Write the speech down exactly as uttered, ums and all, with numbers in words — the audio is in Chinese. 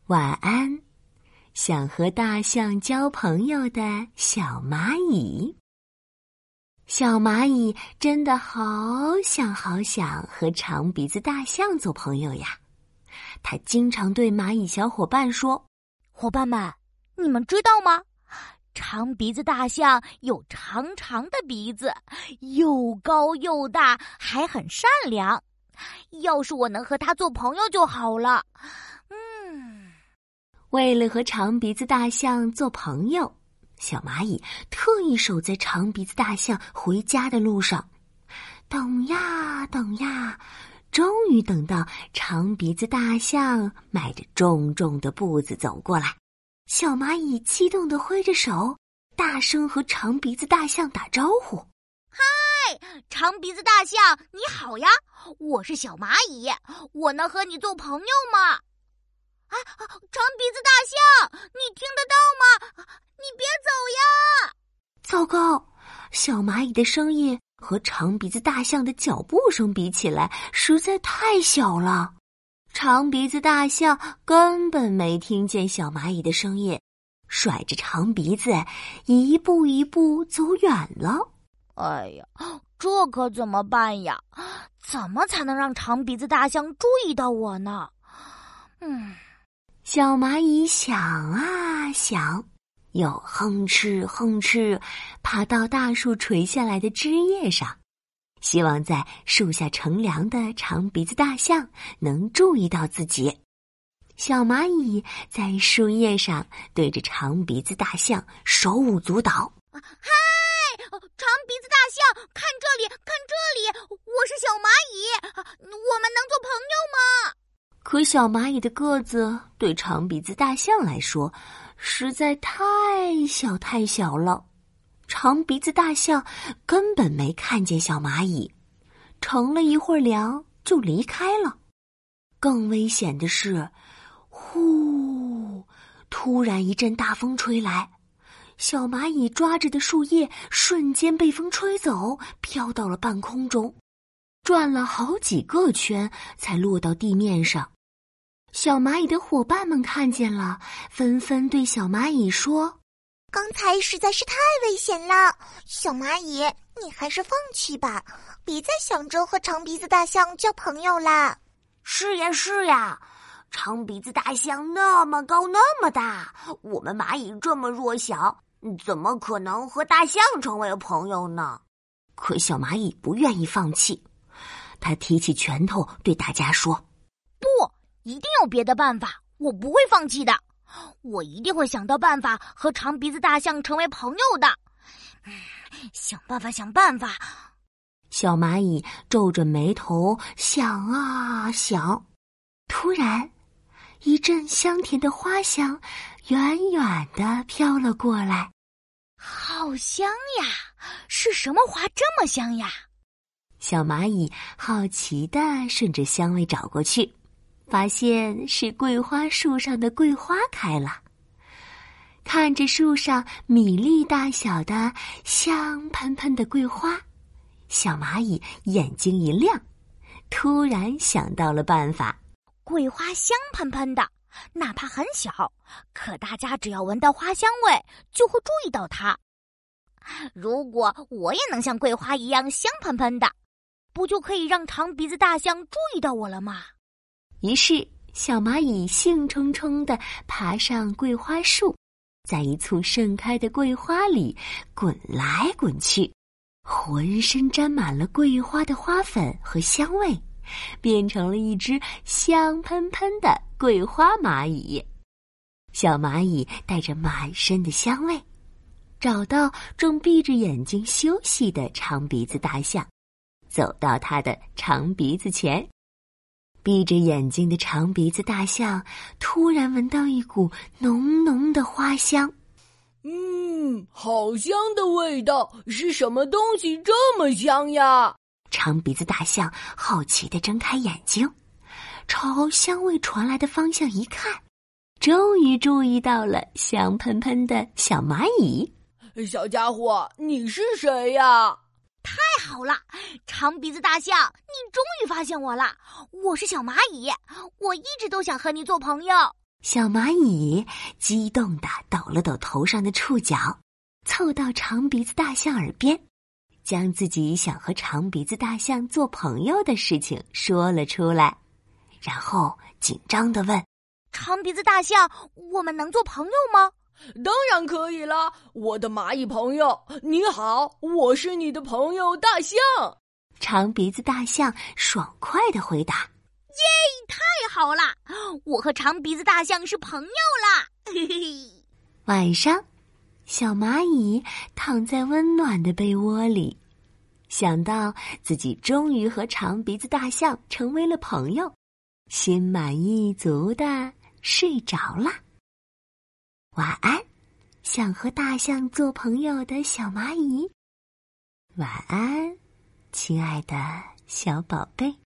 晚安，想和大象交朋友的小蚂蚁。小蚂蚁真的好想好想和长鼻子大象做朋友呀！它经常对蚂蚁小伙伴说：“ 伙伴们，你们知道吗？长鼻子大象有长长的鼻子，又高又大，还很善良。要是我能和它做朋友就好了。”嗯， 为了和长鼻子大象做朋友，小蚂蚁特意守在长鼻子大象回家的路上，等呀等呀，终于等到长鼻子大象迈着重重的步子走过来。小蚂蚁激动地挥着手，大声和长鼻子大象打招呼：“ 嗨，长鼻子大象，你好呀！我是小蚂蚁，我能和你做朋友吗？”啊，长鼻子大象，你听得到吗？你别走呀！ 糟糕，小蚂蚁的声音和长鼻子大象的脚步声比起来，实在太小了。长鼻子大象根本没听见小蚂蚁的声音，甩着长鼻子，一步一步走远了。 哎呀，这可怎么办呀？怎么才能让长鼻子大象注意到我呢？嗯， 小蚂蚁想啊想，又哼哧哼哧爬到大树垂下来的枝叶上，希望在树下乘凉的长鼻子大象能注意到自己。小蚂蚁在树叶上对着长鼻子大象手舞足蹈。 嗨，长鼻子大象，看这里，看这里，我是小蚂蚁，我们能做朋友吗？ 可小蚂蚁的个子对长鼻子大象来说实在太小太小了，长鼻子大象根本没看见小蚂蚁，乘了一会儿凉就离开了。更危险的是，呼，突然一阵大风吹来，小蚂蚁抓着的树叶瞬间被风吹走，飘到了半空中，转了好几个圈才落到地面上。小蚂蚁的伙伴们看见了，纷纷对小蚂蚁说：“ 刚才实在是太危险了，小蚂蚁，你还是放弃吧，别再想着和长鼻子大象交朋友啦。” 是呀是呀，长鼻子大象那么高那么大，我们蚂蚁这么弱小，怎么可能和大象成为朋友呢？ 可小蚂蚁不愿意放弃，他提起拳头对大家说：“ 不，一定有别的办法，我不会放弃的，我一定会想到办法和长鼻子大象成为朋友的。嗯，想办法，想办法。” 小蚂蚁皱着眉头想啊想，突然，一阵香甜的花香远远地飘了过来。 好香呀！是什么花这么香呀？ 小蚂蚁好奇地顺着香味找过去，发现是桂花树上的桂花开了。看着树上米粒大小的香喷喷的桂花，小蚂蚁眼睛一亮，突然想到了办法。 桂花香喷喷的，哪怕很小，可大家只要闻到花香味，就会注意到它。如果我也能像桂花一样香喷喷的，不就可以让长鼻子大象注意到我了吗？ 于是，小蚂蚁兴冲冲地爬上桂花树，在一簇盛开的桂花里滚来滚去，浑身沾满了桂花的花粉和香味，变成了一只香喷喷的桂花蚂蚁。小蚂蚁带着满身的香味，找到正闭着眼睛休息的长鼻子大象，走到它的长鼻子前。闭着眼睛的长鼻子大象突然闻到一股浓浓的花香。 嗯，好香的味道，是什么东西这么香呀？ 长鼻子大象好奇地睁开眼睛，朝香味传来的方向一看，终于注意到了香喷喷的小蚂蚁。 小家伙，你是谁呀？ 太好了，长鼻子大象，你终于发现我了！我是小蚂蚁，我一直都想和你做朋友。 小蚂蚁激动地抖了抖头上的触角，凑到长鼻子大象耳边，将自己想和长鼻子大象做朋友的事情说了出来，然后紧张地问： 长鼻子大象，我们能做朋友吗？ 当然可以啦，我的蚂蚁朋友，你好，我是你的朋友大象。 长鼻子大象爽快地回答： 耶，太好了，我和长鼻子大象是朋友啦！嘿嘿。 晚上，小蚂蚁躺在温暖的被窝里，想到自己终于和长鼻子大象成为了朋友，心满意足地睡着了。晚安，想和大象做朋友的小蚂蚁。晚安，亲爱的小宝贝。